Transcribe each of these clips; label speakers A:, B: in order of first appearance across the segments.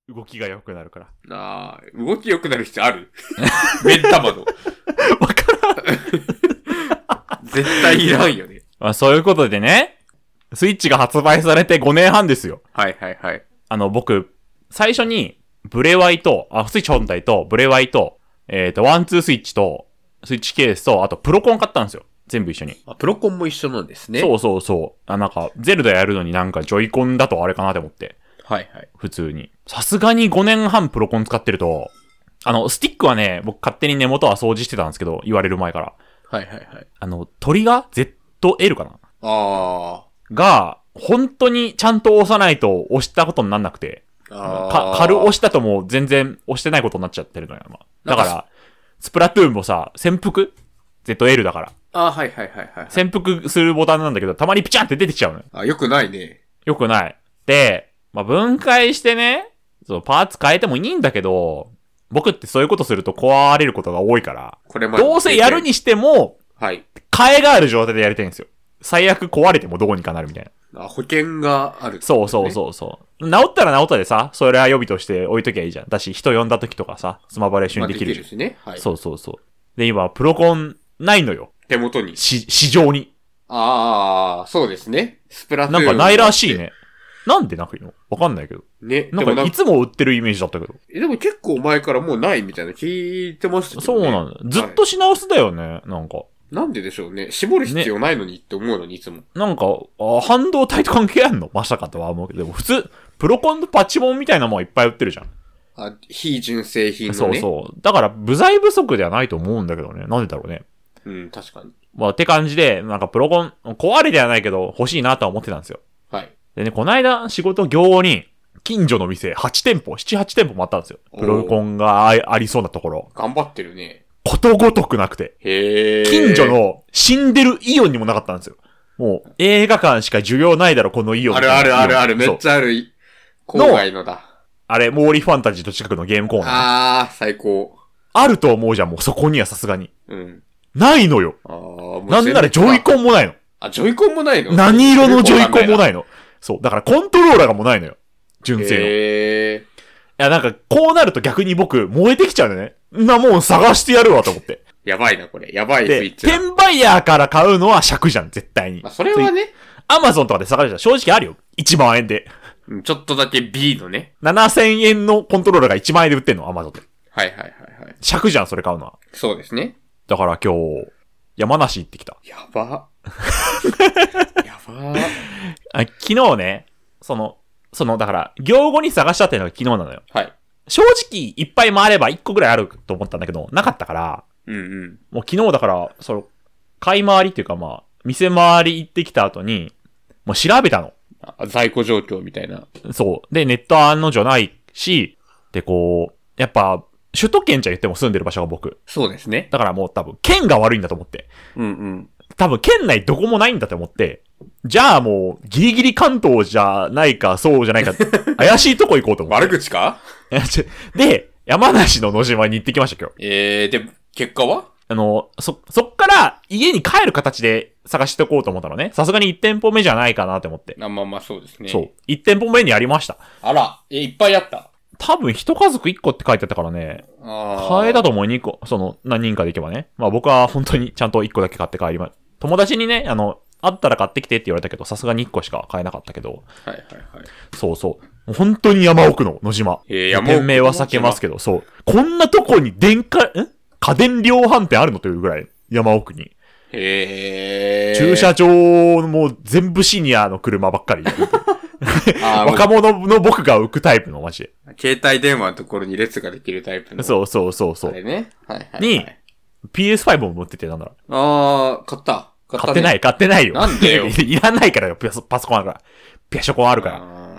A: 動きが良くなるから。
B: ああ、動き良くなる必要ある目ん玉の。
A: わからん。
B: 絶対いらんよね。
A: まあそういうことでね、スイッチが発売されて5年半ですよ。
B: はいはいはい。
A: 僕、最初に、ブレワイと、スイッチ本体と、ブレワイと、ワンツースイッチと、スイッチケースと、あとプロコン買ったんですよ。全部一緒に。
B: プロコンも一緒なんですね。
A: そうそうそう。なんか、ゼルダやるのになんかジョイコンだとあれかなって思って。
B: はいはい。
A: 普通に。さすがに5年半プロコン使ってると、スティックはね、僕勝手に根元は掃除してたんですけど、言われる前から。
B: はいはいはい。
A: トリガー ?ZL かな
B: あ
A: が、本当にちゃんと押さないと押したことになんなくて。軽押したともう全然押してないことになっちゃってるのよ。だから、スプラトゥーンもさ、潜伏 ?ZL だから。
B: はいはいはいはい。
A: 潜伏するボタンなんだけど、たまにピチャンって出てきちゃうのよ。
B: よくないね。
A: よくない。で、分解してね、パーツ変えてもいいんだけど、僕ってそういうことすると壊れることが多いから、どうせやるにしても、
B: はい。
A: 替えがある状態でやりたいんですよ。最悪壊れてもどうにかなるみたいな。
B: 保険がある、ね。
A: そうそうそうそう。治ったら治ったでさ、それは予備として置いときゃいいじゃん。だし、人呼んだ時とかさ、スマバレ一緒にできるじゃん。
B: できるしね。はい。
A: そうそうそう。で、今、プロコンないのよ。
B: 手元に。
A: 市場に。
B: そうですね。スプラトゥーン。
A: なんかないらしいね。なんでなくいのわかんないけど。
B: ね。
A: なんかいつも売ってるイメージだったけど。
B: でも結構前からもうないみたいな聞いてましたけどね。
A: そうなんだ。ずっと品薄だよね、なんか。
B: なんででしょうね。絞る必要ないのにって思うのにいつも。
A: なんか、半導体と関係あんのまさかとは思うけど。でも普通、プロコンのパチモンみたいなもんいっぱい売ってるじゃん。
B: 非純正品のね。
A: そうそう。だから、部材不足ではないと思うんだけどね。なんでだろうね。
B: うん、確かに。
A: って感じで、なんかプロコン、壊れではないけど、欲しいなとは思ってたんですよ。
B: はい。
A: でね、この間、仕事業後に、近所の店、7、8店舗回ったんですよ。プロコンがありそうなところ。
B: 頑張ってるね。
A: ことごとくなくて。近所の死んでるイオンにもなかったんですよ。もう、映画館しか需要ないだろ、このイオン。
B: ある、めっちゃある。郊外のだ。
A: あれ、モーリーファンタジーと近くのゲームコーナ
B: ー。最高。
A: あると思うじゃん、もうそこにはさすがに。
B: うん。
A: ないのよ。なんならジョイコンもないの。
B: ジョイコンもないの？
A: 何色のジョイコンもないの。そう。だからコントローラーがもうないのよ。純正の。いや、なんか、こうなると逆に僕、燃えてきちゃうのね。もう探してやるわと思って。
B: やばいな、これ。やばいスイッチ。
A: 転売ヤーから買うのは尺じゃん、絶対に。
B: それはね。
A: アマゾンとかで探したら正直あるよ。1万円で。
B: ちょっとだけ B のね。
A: 7000円のコントローラーが1万円で売ってんの、アマゾンで。
B: はい。
A: 尺じゃん、それ買うのは。
B: そうですね。
A: だから今日、山梨行ってきた。
B: やば。
A: 昨日ね、だから、業後に探したっていうのが昨日なのよ。
B: はい。
A: 正直、いっぱい回れば1個ぐらいあると思ったんだけど、なかったから、もう昨日だから、買い回りっていうか店回り行ってきた後に、もう調べたの。
B: 在庫状況みたいな。
A: そう。で、ネット案の定ないし、で、やっぱ、首都圏じゃ言っても住んでる場所が僕。
B: そうですね。
A: だからもう多分、県が悪いんだと思って。多分、県内どこもないんだと思って、じゃあもう、ギリギリ関東じゃないか、そうじゃないか、怪しいとこ行こうと思って。
B: 悪口か？
A: で、山梨の野島に行ってきました、今日。
B: で、結果は？
A: そっから家に帰る形で探しておこうと思ったのね。さすがに1店舗目じゃないかなって思って。
B: そうですね。
A: そう。1店舗目にありました。
B: あら、いっぱいあった。
A: 多分一家族1個って書いてあったからね。買えたと思う2個。何人かで行けばね。僕は本当にちゃんと1個だけ買って帰ります。友達にね、あったら買ってきてって言われたけど、さすがに1個しか買えなかったけど。そうそう。本当に山奥の野島。店名は避けますけど、そう。こんなとこに家電量販店あるのというぐらい、山奥に。駐車場も全部シニアの車ばっかり。若者の僕が浮くタイプのマジで。
B: 携帯電話のところに列ができるタイプの。
A: そう。
B: あれね。
A: に、PS5 も持っててなんだろ
B: う。買った。
A: 買ってないよ。
B: なんでよ。
A: いらないからよ、パソコンあるから。ピャショコンあるから。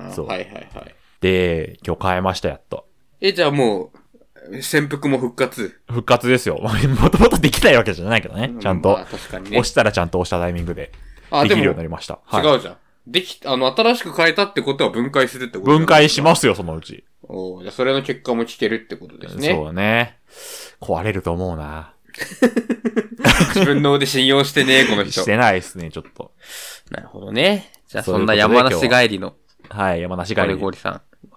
A: そう。で、今日買えました、やっと。
B: じゃあもう、潜伏も復活
A: ですよ。もともとできないわけじゃないけどね。ちゃんと。
B: 確かにね。
A: 押したらちゃんと押したタイミングで。できるようになりました。
B: 違うじゃん。新しく変えたってことは分解するってこと
A: 分解しますよ、そのうち。
B: じゃあそれの結果も聞けるってことですね。
A: そうね。壊れると思うな。
B: 自分の腕信用してね、この人。
A: してないですね、ちょっと。
B: なるほどね。じゃあそんな山梨帰りの。
A: はい、山梨帰り。
B: ゴリさん。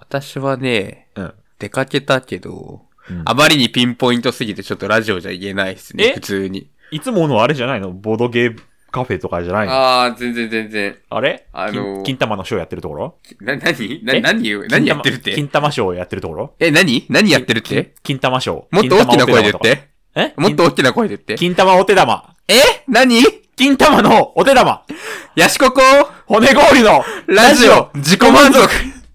B: 私はね、
A: うん。
B: 出かけたけど、
A: うん
B: あまりにピンポイントすぎてちょっとラジオじゃ言えないですね、普通に。
A: いつものあれじゃないの？ボードゲームカフェとかじゃないの？
B: ああ、全然。
A: あれ金玉のショーやってるところ？
B: 何やってるって
A: 金玉ショーやってるところ？
B: 何やってるって？
A: 金玉ショー。
B: もっと大きな声で言って。もっと大きな声で言って。
A: 金玉お手玉。
B: 何？
A: 金玉のお手玉。
B: ヤシココ
A: 骨氷の
B: ラジオ自己満足。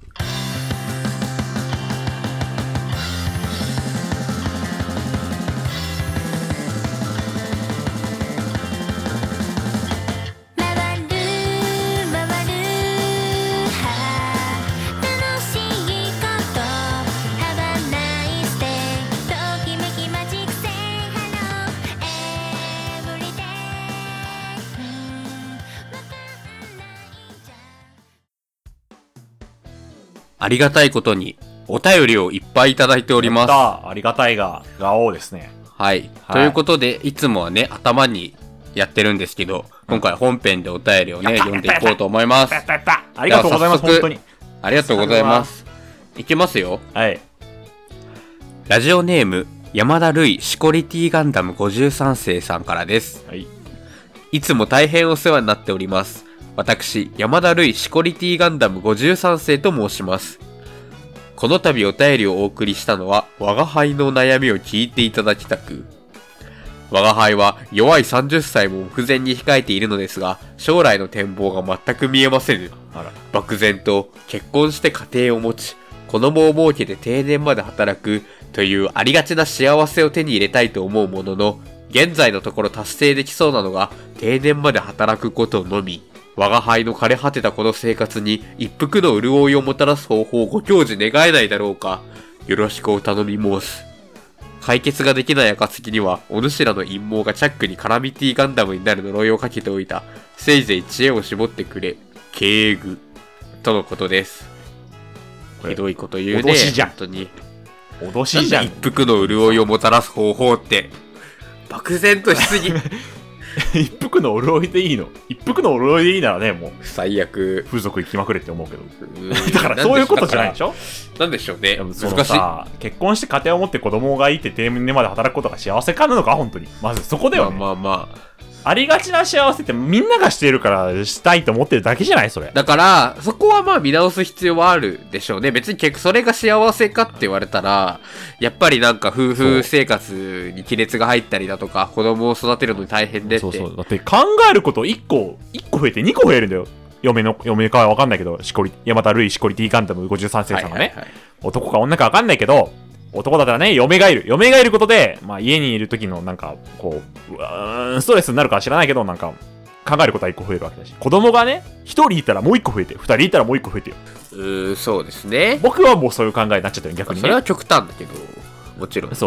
B: ありがたいことにお便りをいっぱいいただいております。
A: ありがたいが多ですね。
B: はい。ということで、いつもはね、頭にやってるんですけど、今回本編でお便りをね、読んでいこうと思います。
A: ありがとうございます、本当に。
B: ありがとうございます。いきますよ。
A: はい。
B: ラジオネーム、山田るいシコリティガンダム53世さんからです。
A: はい。
B: いつも大変お世話になっております。私、山田るいシコリティガンダム53世と申します。この度お便りをお送りしたのは、我が輩の悩みを聞いていただきたく。我が輩は弱い30歳も目前に控えているのですが、将来の展望が全く見えませぬ。漠然と結婚して家庭を持ち、子供を設けて定年まで働くというありがちな幸せを手に入れたいと思うものの、現在のところ達成できそうなのが定年まで働くことのみ。我が輩の枯れ果てたこの生活に一服の潤いをもたらす方法をご教示願えないだろうか。よろしくお頼み申す。解決ができない暁には、お主らの陰謀がチャックにカラミティガンダムになる呪いをかけておいた。せいぜい知恵を絞ってくれ。敬具。とのことです。ひどいこと言うね。
A: 脅しじゃん。
B: 本当に。
A: 脅しじゃん。
B: 一服の潤いをもたらす方法って。漠然としすぎ。
A: 一服の潤いでいいの？一服の潤いでいいならね、もう。
B: 最悪。
A: 風俗行きまくれって思うけど。だからそういうことじゃないでしょ？
B: なんでしょうね。
A: 難しい。結婚して家庭を持って子供がいて定年まで働くことが幸せかなのか、本当に。まずそこだよね。
B: まあ。
A: ありがちな幸せってみんながしているからしたいと思ってるだけじゃないそれ。
B: だから、そこはまあ見直す必要はあるでしょうね。別にそれが幸せかって言われたら、やっぱりなんか夫婦生活に亀裂が入ったりだとか、子供を育てるのに大変でって。
A: そう。だって考えること1個増えて2個増えるんだよ。嫁かは分かんないけど、山田るいシコリティガンダム53世さんがね、男か女か分かんないけど、男だったらね、嫁がいることで、まあ家にいる時のなんか、こう、ストレスになるかは知らないけど、なんか、考えることは1個増えるわけだし。子供がね、1人いたらもう1個増えて、2人いたらもう1個増えてよ。
B: そうですね。
A: 僕はもうそういう考えになっちゃったよ、逆にね。
B: それは極端だけど、もちろん。
A: そう。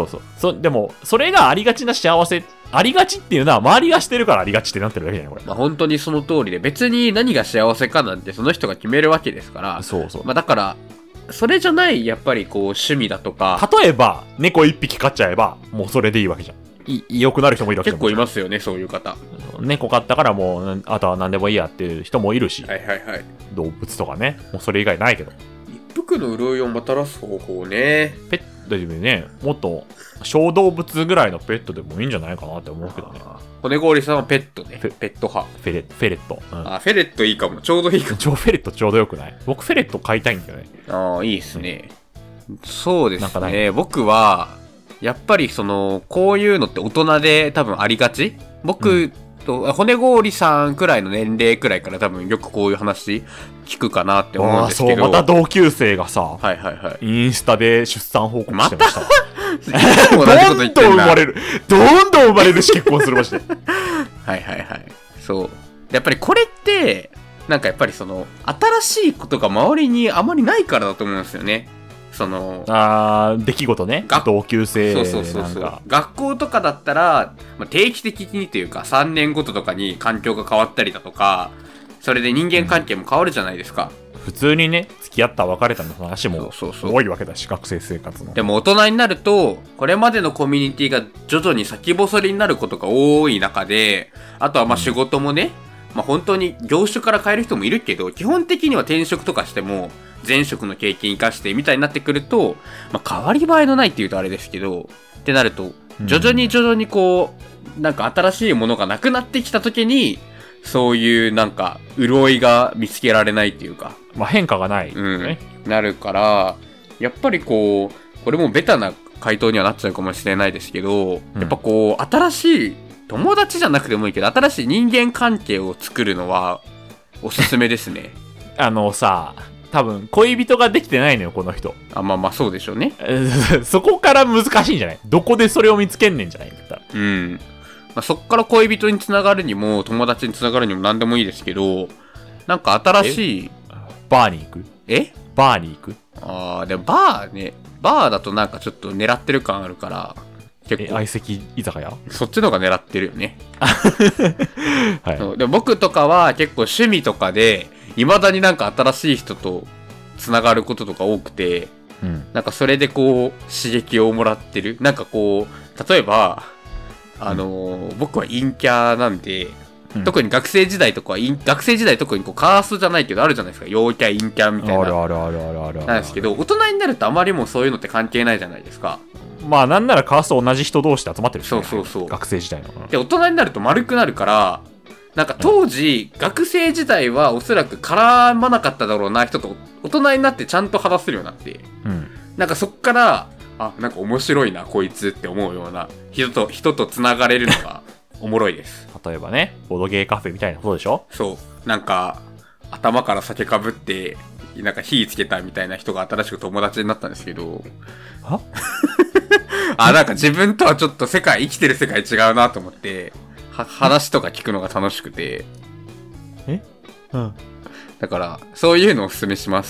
A: でも、それがありがちな幸せ、ありがちっていうのは、周りがしてるからありがちってなってるだけじゃないこれ。
B: まあ本当にその通りで、別に何が幸せかなんてその人が決めるわけですから。
A: そう。
B: まあだから、それじゃない、やっぱりこう、趣味だとか。
A: 例えば、猫1匹飼っちゃえば、もうそれでいいわけじゃん。良くなる人もいるわけじゃん。
B: 結構いますよね、そういう方。
A: 猫飼ったからもう、あとは何でもいいやっていう人もいるし。
B: はい。
A: 動物とかね。もうそれ以外ないけど。
B: 一服の潤いをもたらす方法ね。
A: ペットでね、もっと、小動物ぐらいのペットでもいいんじゃないかなって思うけどね。
B: 骨氷さんはペットね。ペット派。
A: フェレット。
B: フェレットいいかも。ちょうどいいかも。
A: フェレットちょうどよくない？僕フェレット飼いたいんだよね。
B: いいですね。そうですね。僕は、やっぱりこういうのって大人で多分ありがち？僕と、骨氷さんくらいの年齢くらいから多分よくこういう話聞くかなって思うんですけど。
A: また同級生がさ、インスタで出産報告してました。どんどん生まれるし結婚するまして。
B: はい。そう。やっぱりこれって、なんかやっぱり新しいことが周りにあまりないからだと思うんですよね。
A: 出来事ね。同級生なんか。
B: そう。学校とかだったら、定期的にというか、3年ごととかに環境が変わったりだとか、それで人間関係も変わるじゃないですか。
A: 普通にね、付き合った別れたの話も多いわけだし、学生生活の。
B: でも大人になると、これまでのコミュニティが徐々に先細りになることが多い中で、あとは仕事もね、 まあ本当に業種から変える人もいるけど、基本的には転職とかしても、前職の経験生かしてみたいになってくると、まあ変わり映えのないっていうとあれですけど、ってなると、徐々にこう、なんか新しいものがなくなってきた時に、そういうなんか、潤いが見つけられないっていうか。
A: まあ変化がない、
B: ね。なるから、やっぱりこう、これもベタな回答にはなっちゃうかもしれないですけど、やっぱこう、新しい、友達じゃなくてもいいけど、新しい人間関係を作るのは、おすすめですね。
A: さ、多分、恋人ができてないのよ、この人。
B: まあそうでしょうね。
A: そこから難しいんじゃない？どこでそれを見つけんねんじゃないんだったら。
B: まあ、そっから恋人につながるにも、友達につながるにも何でもいいですけど、なんか新しい。
A: バーに行く？バーに行く？
B: でもバーね。バーだとなんかちょっと狙ってる感あるから、
A: 結構。相席居酒屋？
B: そっちの方が狙ってるよね。
A: はい。
B: で僕とかは結構趣味とかで、未だになんか新しい人とつながることとか多くて、なんかそれでこう、刺激をもらってる。なんかこう、例えば、僕は陰キャなんで、特に学生時代とかは、学生時代特にこうカーストじゃないけどあるじゃないですか。陽キャ、陰キャみたいな。
A: ある。
B: なんですけど、大人になるとあまりもそういうのって関係ないじゃないですか。
A: まあなんならカースト同じ人同士で集まってるしね。
B: そう。
A: 学生時代の。
B: で、大人になると丸くなるから、なんか当時、学生時代はおそらく絡まなかっただろうな人と、大人になってちゃんと話せるようになって、なんかそっから、なんか面白いな、こいつって思うような、人と繋がれるのがおもろいです。
A: 例えばね、ボードゲーカフェみたいなことでしょ？
B: そう。なんか、頭から酒かぶって、なんか火つけたみたいな人が新しく友達になったんですけど、なんか自分とはちょっと生きてる世界違うなと思って、話とか聞くのが楽しくて。だから、そういうのをおすすめします。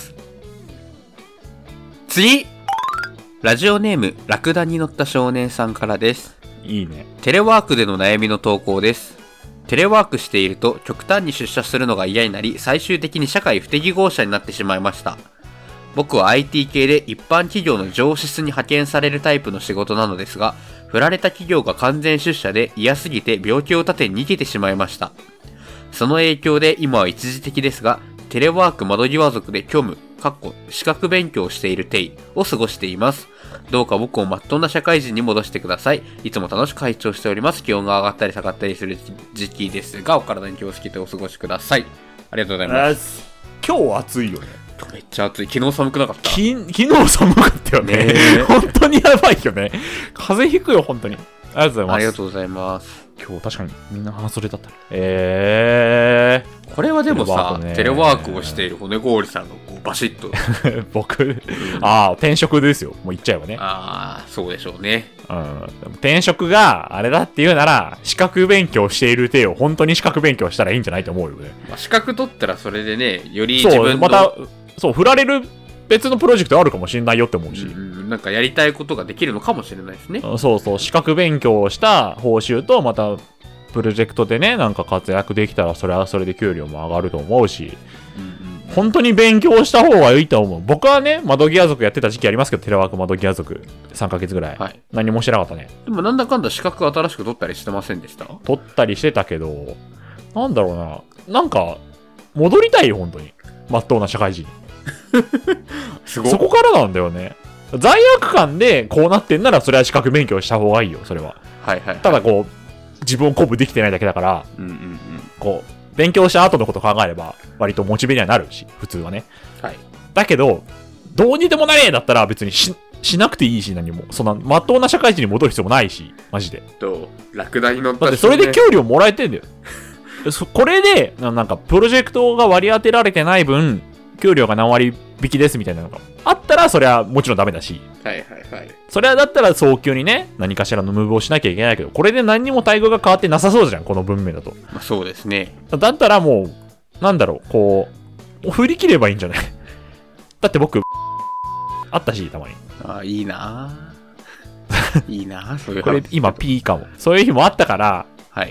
B: 次！ラジオネーム、ラクダに乗った少年さんからです。
A: いいね。
B: テレワークでの悩みの投稿です。テレワークしていると極端に出社するのが嫌になり、最終的に社会不適合者になってしまいました。僕は IT 系で一般企業の上司室に派遣されるタイプの仕事なのですが、振られた企業が完全出社で嫌すぎて病気を立てに逃げてしまいました。その影響で今は一時的ですが、テレワーク窓際族で虚無、資格勉強をしているテイを過ごしています。どうか僕をまっとうな社会人に戻してください。いつも楽しく拝聴しております。気温が上がったり下がったりする時期ですが、お体に気をつけてお過ごしください。ありがとうございます。
A: 今日暑いよね。
B: めっちゃ暑い。昨日寒くなかった？
A: 昨日寒かったよね。本当にやばいよね。風邪ひくよ、本当に。ありがとうございます。
B: ありがとうございます。
A: 今日確かにみんな半袖だった。
B: これはでもさ、テレワークをしている骨氷さんがこうバシッと。
A: 僕、転職ですよ。もう言っちゃえばね。
B: そうでしょうね。
A: 転職があれだって言うなら、資格勉強している手を本当に資格勉強したらいいんじゃないと思うよね。
B: 資格取ったらそれでね、より自分の。
A: また、振られる別のプロジェクトあるかもしれないよって思うし。
B: なんかやりたいことができるのかもしれないですね。
A: 資格勉強をした報酬と、また、プロジェクトでね、なんか活躍できたら、それはそれで給料も上がると思うし、本当に勉強した方がいいと思う。僕はね、窓際族やってた時期ありますけど、テレワーク窓際族3ヶ月ぐらい。何もしてなかったね。
B: でもなんだかんだ資格新しく取ったりしてませんでした？
A: 取ったりしてたけど、なんだろうな。なんか、戻りたいよ、本当に。まっとうな社会人に。そこからなんだよね。罪悪感でこうなってんなら、それは資格勉強した方がいいよ、それは。ただこう、自分を鼓舞できてないだけだから、こう、勉強した後のこと考えれば、割とモチベにはなるし、普通はね。だけど、どうにでもなれだったら別にしなくていいし、何も。そんな、まっとうな社会人に戻る必要もないし、マジで。
B: ラクダに乗った
A: だってそれで給料もらえてんだよ。これで、なんか、プロジェクトが割り当てられてない分、給料が何割引きですみたいなのがあったら、それはもちろんダメだし。それはだったら早急にね、何かしらのムーブをしなきゃいけないけど、これで何にも待遇が変わってなさそうじゃん、この文面だと。
B: そうですね。
A: だったらもう、なんだろう、こう、振り切ればいいんじゃないだって僕、あったし、たまに。
B: いいないいなそういう
A: これ今 P かも。そういう日もあったから、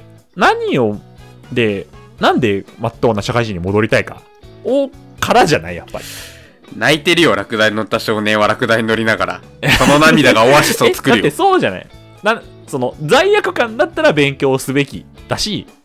A: なんでまっとうな社会人に戻りたいかからじゃない、やっぱり。
B: 泣いてるよ、ラクダに乗った少年はラクダに乗りながら。その涙がオアシスを作るよ。
A: だってそうじゃない。その、罪悪感だったら勉強すべきだし、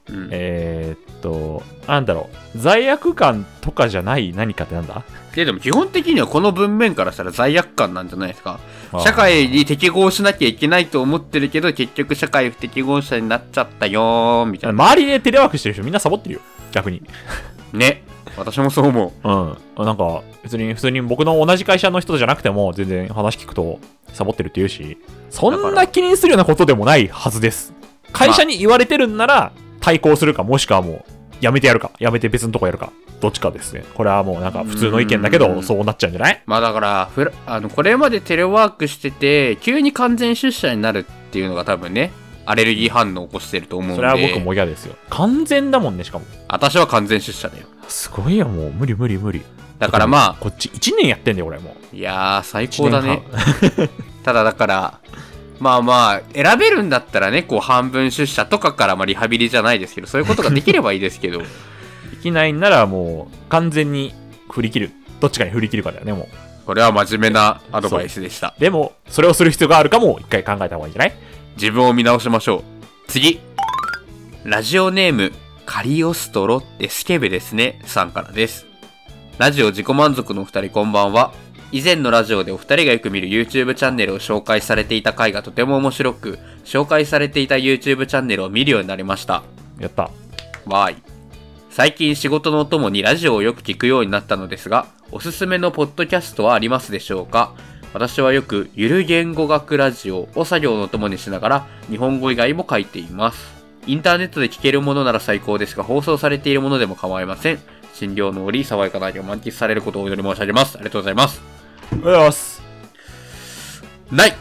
A: なんだろう、罪悪感とかじゃない何かってなんだ？
B: でも基本的にはこの文面からしたら罪悪感なんじゃないですか。社会に適合しなきゃいけないと思ってるけど、結局社会不適合者になっちゃったよーみたいな。
A: 周りでテレワークしてる人みんなサボってるよ、逆に。
B: ね。私もそう思
A: う。なんか、普通に僕の同じ会社の人じゃなくても、全然話聞くと、サボってるって言うし、そんな気にするようなことでもないはずです。会社に言われてるんなら、対抗するか、もしくはもう、やめてやるか、やめて別のとこやるか、どっちかですね。これはもうなんか普通の意見だけど、そうなっちゃうんじゃない？
B: まあだから、これまでテレワークしてて、急に完全出社になるっていうのが多分ね、アレルギー反応を起こしてると思うんで。
A: それは僕も嫌ですよ。完全だもんね、しかも。
B: 私は完全出社だよ。
A: すごいよ、もう。無理。
B: だからまあ。
A: こっち1年やってんだよ、俺もう。
B: いやー、最高だね。ただだから、まあ、選べるんだったらね、こう半分出社とかからリハビリじゃないですけど、そういうことができればいいですけど。
A: できないんならもう、完全に振り切る。どっちかに振り切るかだよね、もう。
B: これは真面目なアドバイスでした。
A: でも、それをする必要があるかも、一回考えた方がいいんじゃない？
B: 自分を見直しましょう。次。ラジオネーム、カリオストロってスケベですね、さんからです。ラジオ自己満足のお二人こんばんは。以前のラジオでお二人がよく見る YouTube チャンネルを紹介されていた回がとても面白く、紹介されていた YouTube チャンネルを見るようになりました。
A: やった。
B: わーい。最近仕事のお供にラジオをよく聞くようになったのですが、おすすめのポッドキャストはありますでしょうか？私はよくゆる言語学ラジオを作業の共にしながら日本語以外も書いています。インターネットで聞けるものなら最高ですが、放送されているものでも構いません。診療の折、爽やかな秋を満喫されることをお祈り申し上げます。ありがとうございます。
A: おはようございます。
B: ない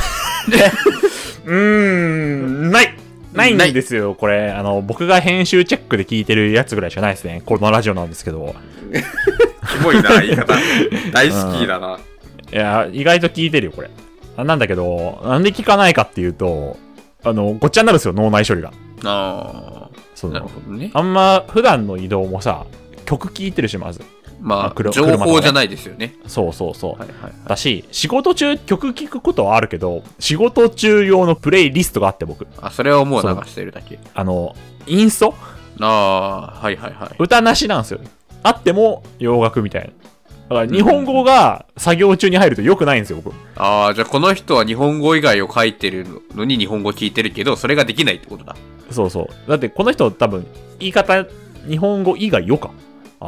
A: ないんですよ、これ。僕が編集チェックで聞いてるやつぐらいしかないですね。このラジオなんですけど。
B: キモいな、言い方。大好きだな。
A: いや、意外と聞いてるよ、これ。なんだけど、なんで聞かないかっていうと、ごっちゃになるんですよ、脳内処理が。そう。
B: なるほどね。
A: あんま、普段の移動もさ、曲聞いてるし、まず。
B: まあ、情報じゃないですよね。
A: そう。だし、仕事中曲聞くことはあるけど、仕事中用のプレイリストがあって僕。
B: それはもう流してるだけ。
A: インスト？
B: はい。
A: 歌なしなんですよ。あっても洋楽みたいな。だから日本語が作業中に入ると良くないんですよ、僕。
B: じゃあこの人は日本語以外を書いてるのに日本語聞いてるけど、それができないってことだ。
A: そう。だってこの人多分、言い方、日本語以外よか。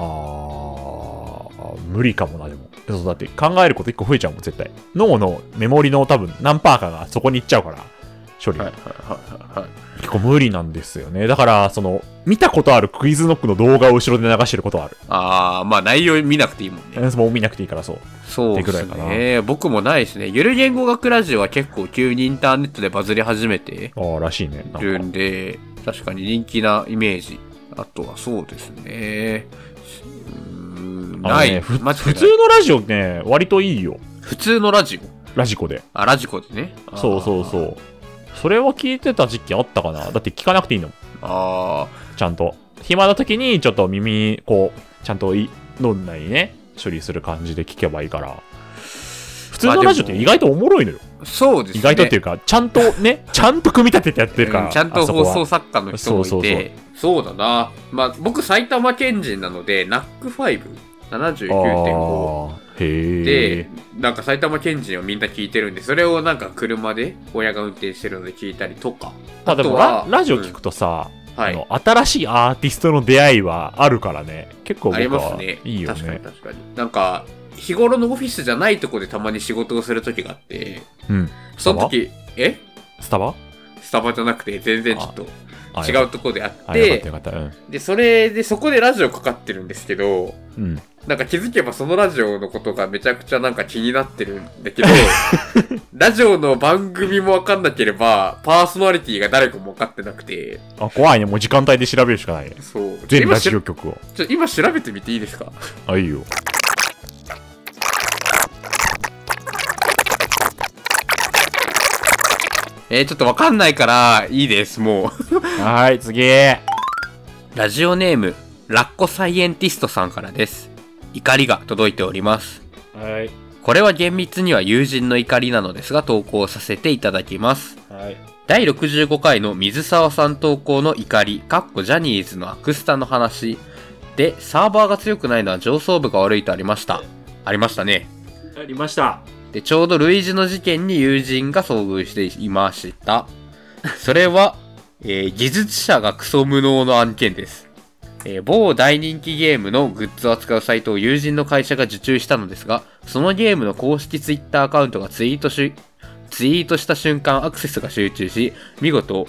A: 無理かもな、でも。そう、だって考えること一個増えちゃうもん、絶対。脳のメモリの多分何パーかがそこに行っちゃうから、処理。結構無理なんですよね。だから、見たことあるクイズノックの動画を後ろで流してることはある。
B: まあ内容見なくていいもんね。
A: もう見なくていいからそう。
B: そうですね。僕もないですね。ゆる言語学ラジオは結構急にインターネットでバズり始めて
A: らしいね。
B: るんで、確かに人気なイメージ。あとはそうですね。ない。
A: 普通のラジオね、割といいよ。
B: 普通のラジオ？
A: ラジコで。
B: ラジコでね。
A: そう。それは聞いてた時期あったかな。だって聞かなくていいの。ちゃんと。暇な時にちょっと耳、ちゃんと脳内にね、処理する感じで聞けばいいから。普通のラジオって意外とおもろいのよ。
B: そうですね。
A: 意外とっていうか、ちゃんとね、ちゃんと組み立ててやってるから。
B: ちゃんと放送作家の人もいて。そうだな。まあ、僕埼玉県人なので、NAC579.5 で、なんか埼玉県人をみんな聞いてるんで、それをなんか車で親が運転してるので聞いたりとか。
A: あとはラジオ聞くとさ、新しいアーティストの出会いはあるからね。結構僕はいいよね。
B: 確かに。なんか、日頃のオフィスじゃないとこでたまに仕事をするときがあって、その時、
A: スタバ
B: じゃなくて、全然ちょっと違うとこであって、で、そこでラジオかかってるんですけど、なんか気づけばそのラジオのことがめちゃくちゃなんか気になってるんだけど、ラジオの番組もわかんなければ、パーソナリティが誰かもわかってなくて。
A: 怖いね。もう時間帯で調べるしかないね。
B: そう。
A: 全ラジオ局を。
B: 今調べてみていいですか？
A: いいよ。
B: ちょっとわかんないから、いいです、もう。
A: はい、次。
B: ラジオネーム、ラッコサイエンティストさんからです。怒りが届いております。
A: はい。
B: これは厳密には友人の怒りなのですが投稿させていただきます。
A: はい。
B: 第65回の水沢さん投稿の怒り、ジャニーズのアクスタの話で、サーバーが強くないのは上層部が悪いとありました。ありましたね。
A: ありました。
B: で、ちょうど類似の事件に友人が遭遇していました。それは、技術者がクソ無能の案件です。某大人気ゲームのグッズを扱うサイトを友人の会社が受注したのですが、そのゲームの公式ツイッターアカウントがツイートした瞬間アクセスが集中し、見事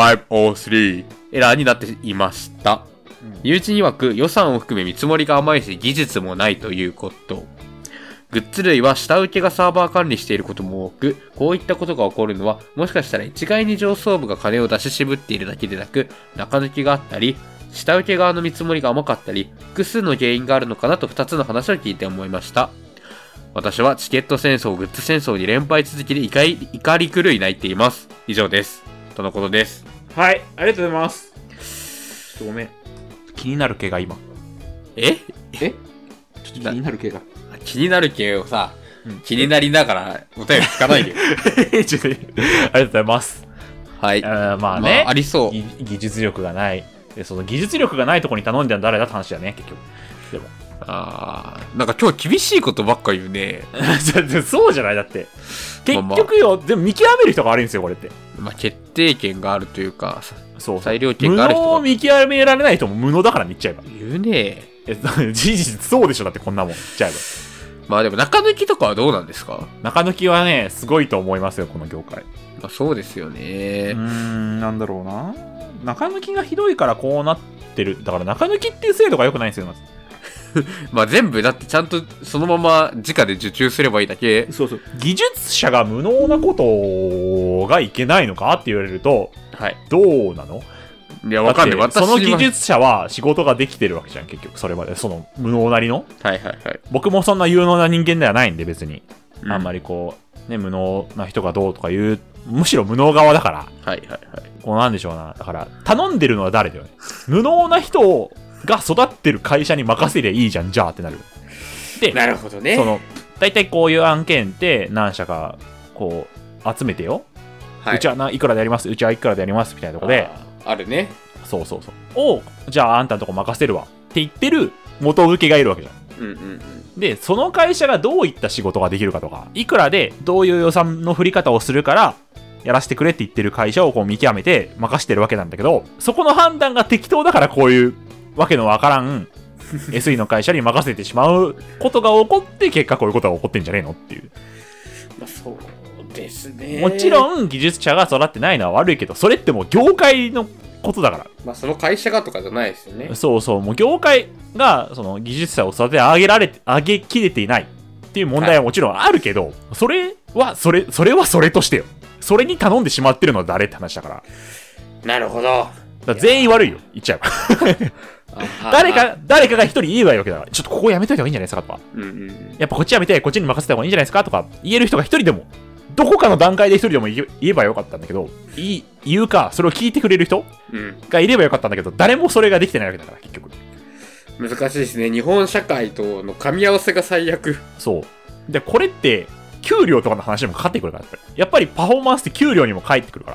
B: 503エラーになっていました。友人曰く予算を含め見積もりが甘いし技術もないということ。グッズ類は下請けがサーバー管理していることも多く、こういったことが起こるのは、もしかしたら一概に上層部が金を出し渋っているだけでなく、中抜きがあったり、下請け側の見積もりが甘かったり、複数の原因があるのかなと2つの話を聞いて思いました。私はチケット戦争、グッズ戦争に連敗続きで怒り狂い泣いています。以上です。とのことです。
A: はい、ありがとうございます。ちょっとごめん。気になる毛が今。
B: え
A: ちょっと気になる毛が。
B: 気になる毛をさ、気になりながらお便り聞かないで。
A: ありがとうございます。
B: はい。
A: まあね、
B: ありそう。
A: 技術力がない。で、その技術力がないとこに頼んでるの誰だって話だよね、結局。でも。
B: なんか今日厳しいことばっか言うね。
A: そうじゃないだって。結局よ、でも見極める人が悪いんですよ、これって。
B: 決定権があるというか、
A: そう。
B: 裁量権がある人が。
A: 無能を見極められない人も無能だから言っちゃえば。
B: 言うね。
A: 事実そうでしょ、だってこんなもん言っちゃえば。
B: まあでも中抜きとかはどうなんですか？
A: 中抜きはね、すごいと思いますよ、この業界。
B: まあそうですよね。
A: なんだろうな。中抜きがひどいからこうなってる。だから中抜きっていう制度が良くないんですよ、まず。
B: まあ全部だってちゃんとそのまま直で受注すればいいだけ。
A: そう。技術者が無能なことがいけないのかって言われると、
B: はい。
A: どうなの？
B: いや、わかんない。
A: その技術者は仕事ができてるわけじゃん、結局。それまで。その無能なりの。
B: はい。
A: 僕もそんな有能な人間ではないんで、別に。あんまりこう、ね、無能な人がどうとか言う、むしろ無能側だから。
B: はい。
A: こうなんでしょうな。だから、頼んでるのは誰だよね。無能な人が育ってる会社に任せりゃいいじゃん、じゃあってなる。で、
B: なるほどね。
A: 大体こういう案件って何社か、こう、集めてよ。
B: はい。
A: うちはいくらでやります、うちはいくらでやります、みたいなとこで。
B: あるね。
A: そう。じゃああんたのとこ任せるわ。って言ってる元請けがいるわけじゃん。で、その会社がどういった仕事ができるかとか、いくらでどういう予算の振り方をするから、やらせてくれって言ってる会社をこう見極めて任してるわけなんだけど、そこの判断が適当だからこういうわけのわからんSE の会社に任せてしまうことが起こって、結果こういうことが起こってんじゃねえのっていう。
B: まあそうですね。
A: もちろん技術者が育ってないのは悪いけど、それってもう業界のことだから。
B: まあその会社がとかじゃないですよね。
A: そう、もう業界がその技術者を育て上げきれていないっていう問題はもちろんあるけど、はい、それはそれとしてよ。それに頼んでしまってるのは誰って話だから。
B: なるほど。
A: だから全員悪いよ、言っちゃえば。誰かが一人言えばいいわけだから、ちょっとここやめといた方がいいんじゃないですかとか。やっぱこっちやめて、こっちに任せた方がいいんじゃないですかとか、言える人が一人でも、どこかの段階で一人でも言えばよかったんだけど、言うか、それを聞いてくれる人がいればよかったんだけど、誰もそれができてないわけだから、結局。
B: 難しいですね。日本社会との噛み合わせが最悪。
A: そう。で、これって、給料とかの話にもかかってくるから、やっぱりパフォーマンスって給料にもかかってくるから、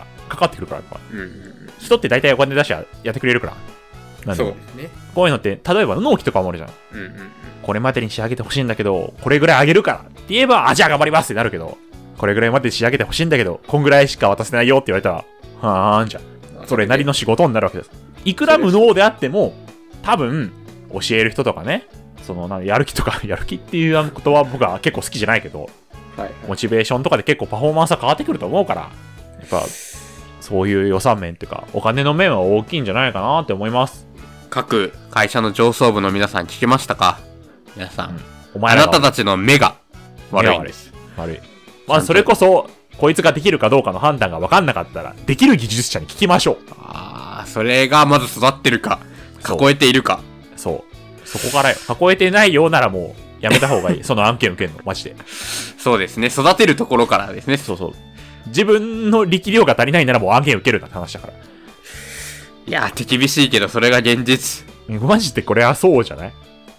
A: 人って大体お金出しやってくれるから。
B: そうですね。
A: こういうのって、例えば納期とかもあるじゃん。これまでに仕上げてほしいんだけど、これぐらいあげるからって言えば、じゃあ頑張りますってなるけど、これぐらいまで仕上げてほしいんだけど、こんぐらいしか渡せないよって言われたら、はーんじゃん。それなりの仕事になるわけです。いくら無能であっても、多分、教える人とかね、やる気っていうことは僕は結構好きじゃないけど、モチベーションとかで結構パフォーマンスは変わってくると思うから、やっぱ、そういう予算面っていうか、お金の面は大きいんじゃないかなって思います。
B: 各会社の上層部の皆さん聞きましたか？皆さん。
A: あ
B: なたたちの目が悪いんです。
A: 悪い。まあ、それこそ、こいつができるかどうかの判断が分かんなかったら、できる技術者に聞きましょう。
B: それがまず育ってるか、囲えているか。
A: そう。そこからよ。囲えてないようならもう、やめた方がいい。その案件受けるの、マジで。
B: そうですね。育てるところからですね。
A: そう。自分の力量が足りないならもう案件受けるなって話だから。
B: いやー、手厳しいけど、それが現実。
A: マジでこれはそうじゃない？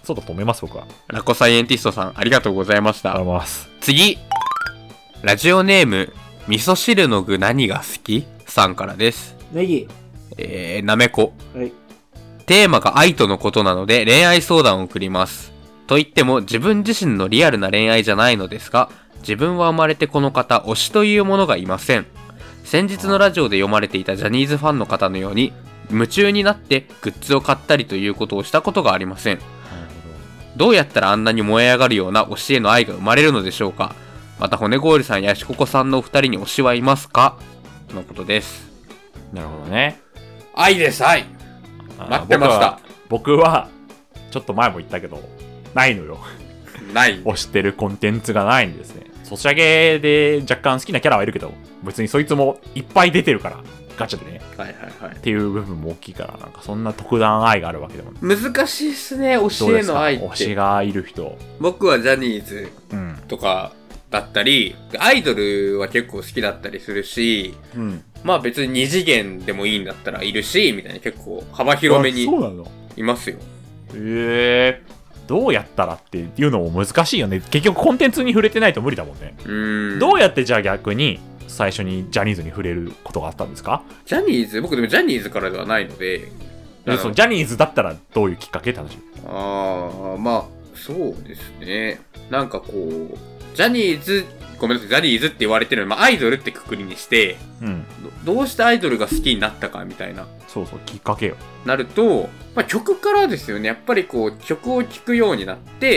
A: そうだと思います、僕は。
B: ラコサイエンティストさん、ありがとうございました。
A: ありがとうございます。
B: 次。ラジオネーム、味噌汁の具何が好きさんからです。
C: ネギ。
B: なめこ。
C: はい。
B: テーマが愛とのことなので恋愛相談を送ります。と言っても自分自身のリアルな恋愛じゃないのですが、自分は生まれてこの方、推しというものがいません。先日のラジオで読まれていたジャニーズファンの方のように、夢中になってグッズを買ったりということをしたことがありません。どうやったらあんなに燃え上がるような推しへの愛が生まれるのでしょうか。また骨氷さんやしここさんのお二人に推しはいますかとのことです。
A: なるほどね。
B: 愛です、愛。待ってました。
A: 僕はちょっと前も言ったけど、ないのよ。
B: ない。
A: 推してるコンテンツがないんですね。ソシャゲで若干好きなキャラはいるけど、別にそいつもいっぱい出てるから、ガチャでね。
B: はいはいはい。
A: っていう部分も大きいから、なんかそんな特段愛があるわけでもない。
B: 難しいっすね、推しへの愛って。
A: 推しがいる人。
B: 僕はジャニーズとかだったり、アイドルは結構好きだったりするし、まあ別に二次元でもいいんだったらいるし、みたいな結構幅広めにいますよ。
A: どうやったらっていうのも難しいよね。結局コンテンツに触れてないと無理だもんね。どうやってじゃあ逆に最初にジャニーズに触れることがあったんですか？
B: ジャニーズ、僕でもジャニーズからではないので。
A: そうジャニーズだったらどういうきっかけって話？
B: まあ、そうですね。なんかこう、ジャニーズ、ごめんなさい、ジャニーズって言われてるのは、まあアイドルってくくりにして、どうしてアイドルが好きになったかみたいな。
A: そうそう、きっかけよ。
B: なると、まあ曲からですよね。やっぱりこう、曲を聴くようになって、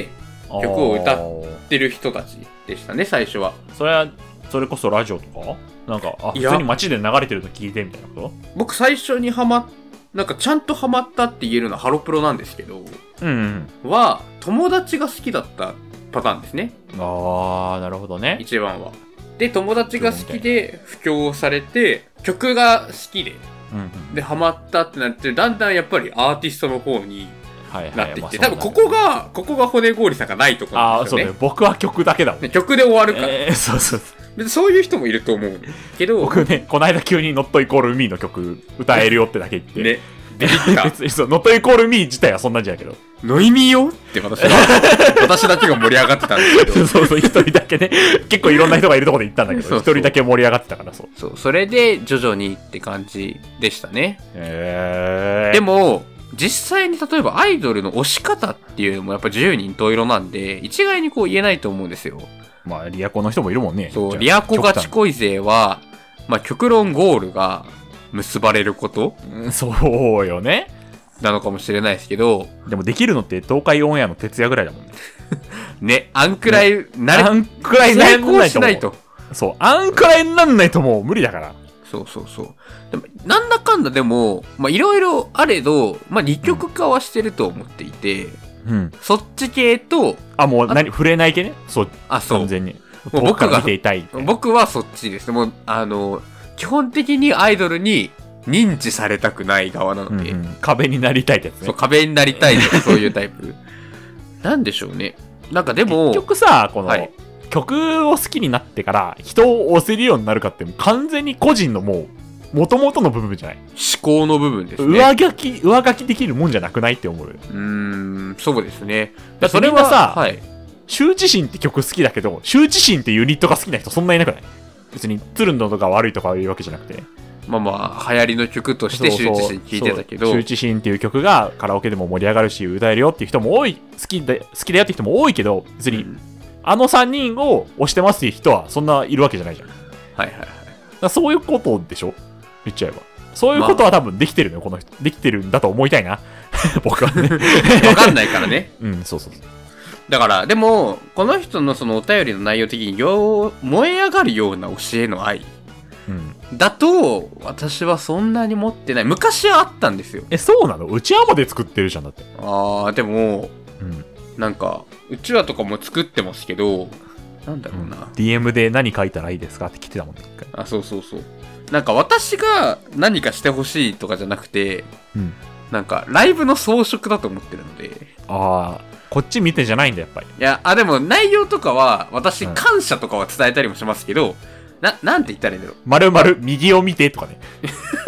B: 曲を歌ってる人たちでしたね、最初は。
A: それこそラジオとかなんか、普通に街で流れてるの聞いてみたいなこと？僕
B: 最初になんかちゃんとハマったって言えるのはハロプロなんですけど、は、友達が好きだったパターンですね。
A: なるほどね。
B: 一番は。で、友達が好きで布教されて、曲が好きで、で、ハマったってなって、だんだんやっぱりアーティストの方になっていって、多分ここが骨氷さんがないところなんですよね。
A: そうね。僕は曲だけだもん。
B: 曲で終わるから。
A: そうそう。
B: 別にそういう人もいると思うけど、
A: 僕ね、この間急に Not Equal Me の曲歌えるよってだけ言って。
B: ね。出てきた。
A: 別にそう、Not Equal Me 自体はそんなんじゃないけど。
B: ノイミーよって私だけが盛り上がってたんですけど。
A: そう、一人だけね。結構いろんな人がいるところで行ったんだけど、一人だけ盛り上がってたからそう。
B: それで徐々にって感じでしたね。でも、実際に例えばアイドルの推し方っていうのもやっぱ10人十色なんで、一概にこう言えないと思うんですよ。
A: まあ、リアコの人もいるもんね。
B: そう、リアコガチ恋勢は、まあ、極論ゴールが結ばれること、
A: そうよね。
B: なのかもしれないですけど。
A: でもできるのって東海オンエアの徹夜ぐらいだもんね。
B: ね、あんくらい、
A: あんくらい
B: しないと。
A: そう、あんくらいになんないともう無理だから。
B: そう。でもなんだかんだでも、まあ、いろいろあれど、まあ、二極化はしてると思っていて、そっち系と、
A: もう触れない系ね。そう。完全に。もう僕が見ていたい。
B: 僕はそっちです。もう、基本的にアイドルに認知されたくない側なので。
A: 壁になりたいってやつね。
B: そう、壁になりたいとかそういうタイプ。なんでしょうね。なんかでも。
A: 結局さ、この、曲を好きになってから人を押せるようになるかって完全に個人のもう、元々の部分じゃない？
B: 思考の部分ですね。
A: 上書きできるもんじゃなくないって思う。
B: そうですね。
A: それはさ、羞恥心って曲好きだけど、羞恥心ってユニットが好きな人そんないなくない？別に、つるんのとか悪いとかいうわけじゃなくて。
B: まあ、流行りの曲として羞恥心聴いてたけど。
A: 羞恥心っていう曲がカラオケでも盛り上がるし、歌えるよっていう人も多い、好きだよっていう人も多いけど、別に、あの3人を推してますっていう人はそんないるわけじゃないじゃん。だそういうことでしょ？言っちゃえば。そういうことは多分できてるのよ、この人。できてるんだと思いたいな。僕はね。
B: わかんないからね。
A: そう。
B: だから、でも、この人のそのお便りの内容的に燃え上がるような教えの愛。だと、私はそんなに持ってない。昔はあったんですよ。
A: そうなの？うちわまで作ってるじゃん、だって。
B: でも、なんか、うちわとかも作ってますけど、なんだろうな。
A: DM で何書いたらいいですかって来てたもんね。
B: そう。なんか私が何かしてほしいとかじゃなくて、なんかライブの装飾だと思ってるので。
A: こっち見てじゃないんだ、やっぱり。
B: いや、でも内容とかは、私感謝とかは伝えたりもしますけど、なんて言ったらいいんだろう。
A: 丸々右を見てとかね。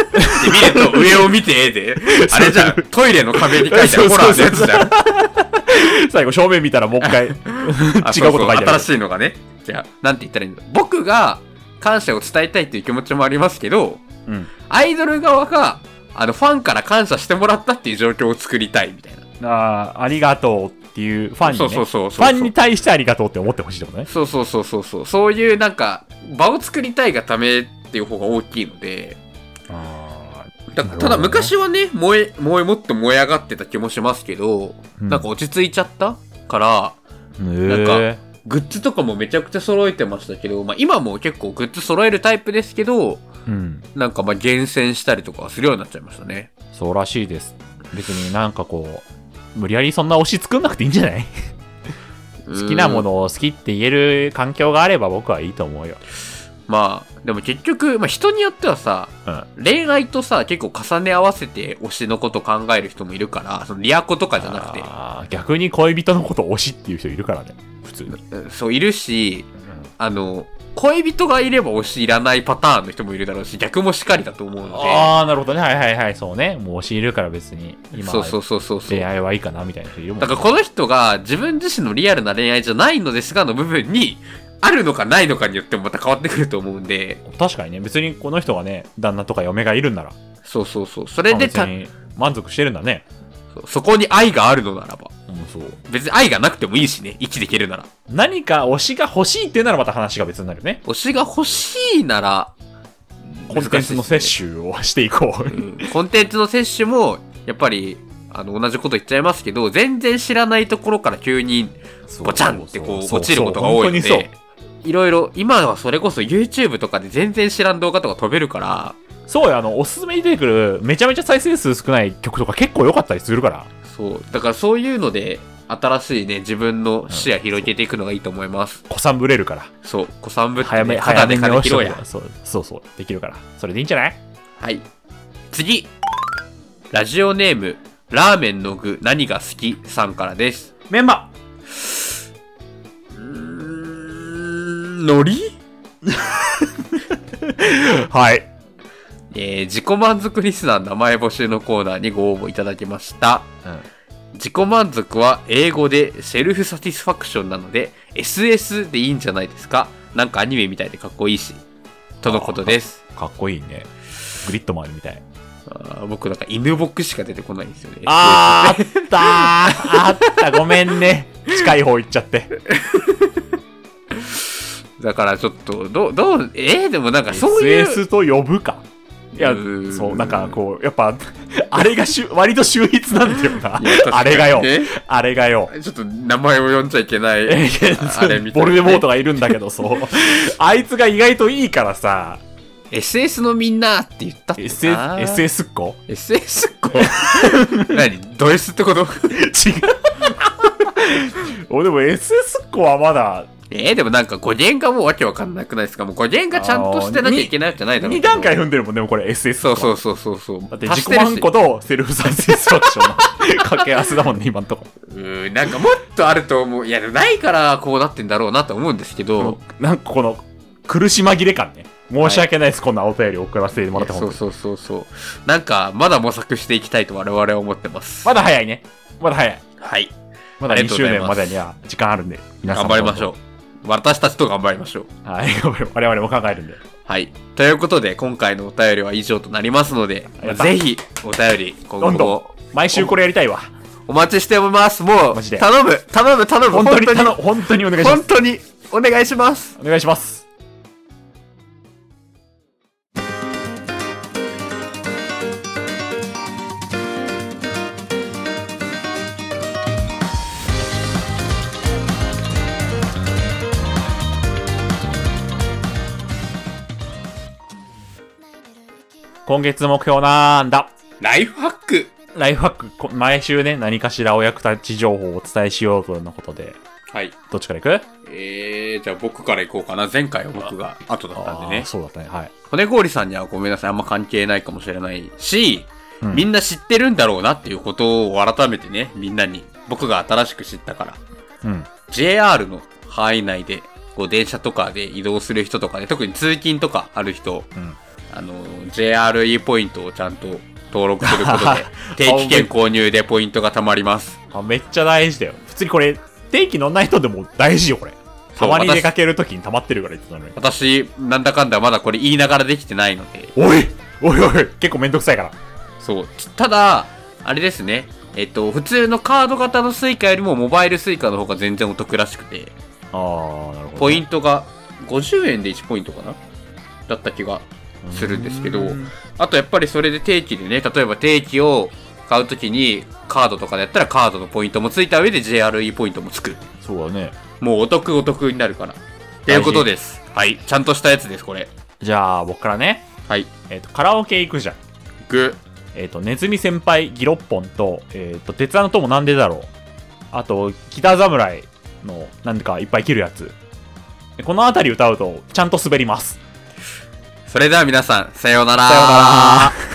B: って見ると上を見てで、あれじゃん、トイレの壁に書いてあるホラーのやつじゃん。
A: 最後正面見たらもう一回違うこと書いてある。
B: 新しいのがね。じゃあ、なんて言ったらいいんだ。僕が感謝を伝えたいっていう気持ちもありますけど、
A: うん、
B: アイドル側が、ファンから感謝してもらったっていう状況を作りたいみたい
A: な。ありがとうっていうファンにね。
B: そう
A: ファンに対してありがとうって思ってほしいってことね。
B: そう。そういうなんか、場を作りたいがためっていう方が大きいので、ただ昔はね、もっと燃え上がってた気もしますけど、なんか落ち着いちゃったから、なんか、グッズとかもめちゃくちゃ揃えてましたけど、まあ今も結構グッズ揃えるタイプですけど、なんかまあ厳選したりとかするようになっちゃいましたね。
A: そうらしいです。別になんかこう、無理やりそんな推し作んなくていいんじゃない？好きなものを好きって言える環境があれば僕はいいと思うよ。
B: まあ、でも結局、まあ人によってはさ、恋愛とさ、結構重ね合わせて推しのこと考える人もいるから、そのリアコとかじゃなくて。
A: 逆に恋人のこと推しっていう人いるからね、普通に。
B: そう、いるし、恋人がいれば推しいらないパターンの人もいるだろうし、逆もしかりだと思うので。
A: なるほどね。はい、そうね。もう推しいるから別に、今、
B: そう
A: 恋愛はいいかなみたいな人いるもんね。
B: だからこの人が自分自身のリアルな恋愛じゃないのですがの部分に、あるのかないのかによってもまた変わってくると思うんで。
A: 確かにね、別にこの人がね、旦那とか嫁がいるんなら。
B: そう。それで
A: 別に満足してるんだね。
B: そこに愛があるのならば。
A: そう。
B: 別に愛がなくてもいいしね、生きていけるなら。
A: 何か推しが欲しいっていうならまた話が別になるね。
B: 推しが欲しいなら、
A: コンテンツの摂取をしていこう。
B: コンテンツの摂取も、やっぱり、同じこと言っちゃいますけど、全然知らないところから急に、ボチャンってこう、落ちることが多いので、いろいろ、今はそれこそ YouTube とかで全然知らん動画とか飛べるから、
A: そうや、おすすめに出てくる、めちゃめちゃ再生数少ない曲とか結構良かったりするから。
B: そう。だからそういうので、新しいね、自分の視野広げていくのがいいと思います。
A: 子さんぶれるから。
B: そう。子さんぶって、
A: ね、
B: 早めに金拾うや。
A: そう、できるから。それでいいんじゃない？
B: はい。次。ラジオネーム、ラーメンの具何が好きさんからです。
A: メンバ
B: のり
A: はい。
B: 自己満足リスナー名前募集のコーナーにご応募いただきました。自己満足は英語でセルフサティスファクションなので SS でいいんじゃないですか？なんかアニメみたいでかっこいいし。とのことです。
A: かっこいいね。グリッドマンみたい。
B: 僕なんか犬ボックしか出てこないんですよね。
A: あったごめんね。近い方行っちゃって。
B: だからちょっと、でもなんかそういう。
A: SS と呼ぶか。いや、そう、なんかこう、やっぱ、あれが割と秀逸なんだよな。あれがよ。あれがよ。
B: ちょっと名前を呼んじゃいけない。あれみたいな、
A: ボルデモートがいるんだけど、そう。あいつが意外といいからさ。
B: SS のみんなって言ったっけな。
A: SS っ子
B: ?SS っ子何ド S ってこと？違う。
A: 俺でも SS っ子はまだ、
B: でもなんか語源がもうわけわかんなくないですか？もう語源がちゃんとしてなきゃいけないじゃないだろう。
A: 2段階踏んでるもんね、もうこれ SS。
B: そう。
A: だって自己満個とセルフサティスファクションの掛け合わせだもんね、今んとこ。
B: なんかもっとあると思う。いや、でもないからこうなってんだろうなと思うんですけど。
A: なんかこの苦し紛れ感ね。申し訳ないです、こんなお便り送らせてもらっても。
B: そう。なんか、まだ模索していきたいと我々は思ってます。
A: まだ早いね。まだ早い。
B: はい。
A: まだ2周年までには時間あるんで、
B: 皆さん頑張りましょう。私たちと頑張りましょう。
A: はい、我々も考えるんで。
B: はい。ということで、今回のお便りは以上となりますので、ぜひ、お便り、今後も。
A: 毎週これやりたいわ。
B: お待ちしております。もう、頼む。
A: 本当にお願いします。
B: 本当に、お願いします。
A: お願いします。今月目標なんだ。
B: ライフハック。
A: 毎週ね、何かしらお役立ち情報をお伝えしようとのことで。
B: はい。
A: どっちから行く？
B: じゃあ僕から行こうかな。前回は僕が後だったんでね。
A: そうだったね。はい。
B: 骨氷さんにはごめんなさい。あんま関係ないかもしれないし、みんな知ってるんだろうなっていうことを改めてね、みんなに、僕が新しく知ったから。JR の範囲内で、こう電車とかで移動する人とかで、特に通勤とかある人、 JRE ポイントをちゃんと登録することで、定期券購入でポイントが貯まります。
A: めっちゃ大事だよ。普通にこれ、定期乗んない人でも大事よ、これ。たまに出かけるときに溜まってるから言ってたのに。
B: 私、なんだかんだまだこれ言いながらできてないので。
A: おい結構めんどくさいから。
B: そう。ただ、あれですね。普通のカード型のスイカよりもモバイルスイカの方が全然お得らしくて。
A: なるほど。
B: ポイントが50円で1ポイントかなだった気がするんですけど、あとやっぱりそれで定期でね、例えば定期を買うときにカードとかでやったらカードのポイントもついた上で JRE ポイントもつく。
A: そうだね。
B: もうお得になるから。っていうことです。はい。ちゃんとしたやつです、これ。
A: じゃあ、僕からね。
B: はい。
A: カラオケ行くじゃん。
B: 行く。
A: ネズミ先輩ギロッポンと、鉄腕の友なんでだろう。あと、北侍のなんでかいっぱい切るやつ。このあたり歌うと、ちゃんと滑ります。
B: それでは皆さん、さようなら。
A: さようなら。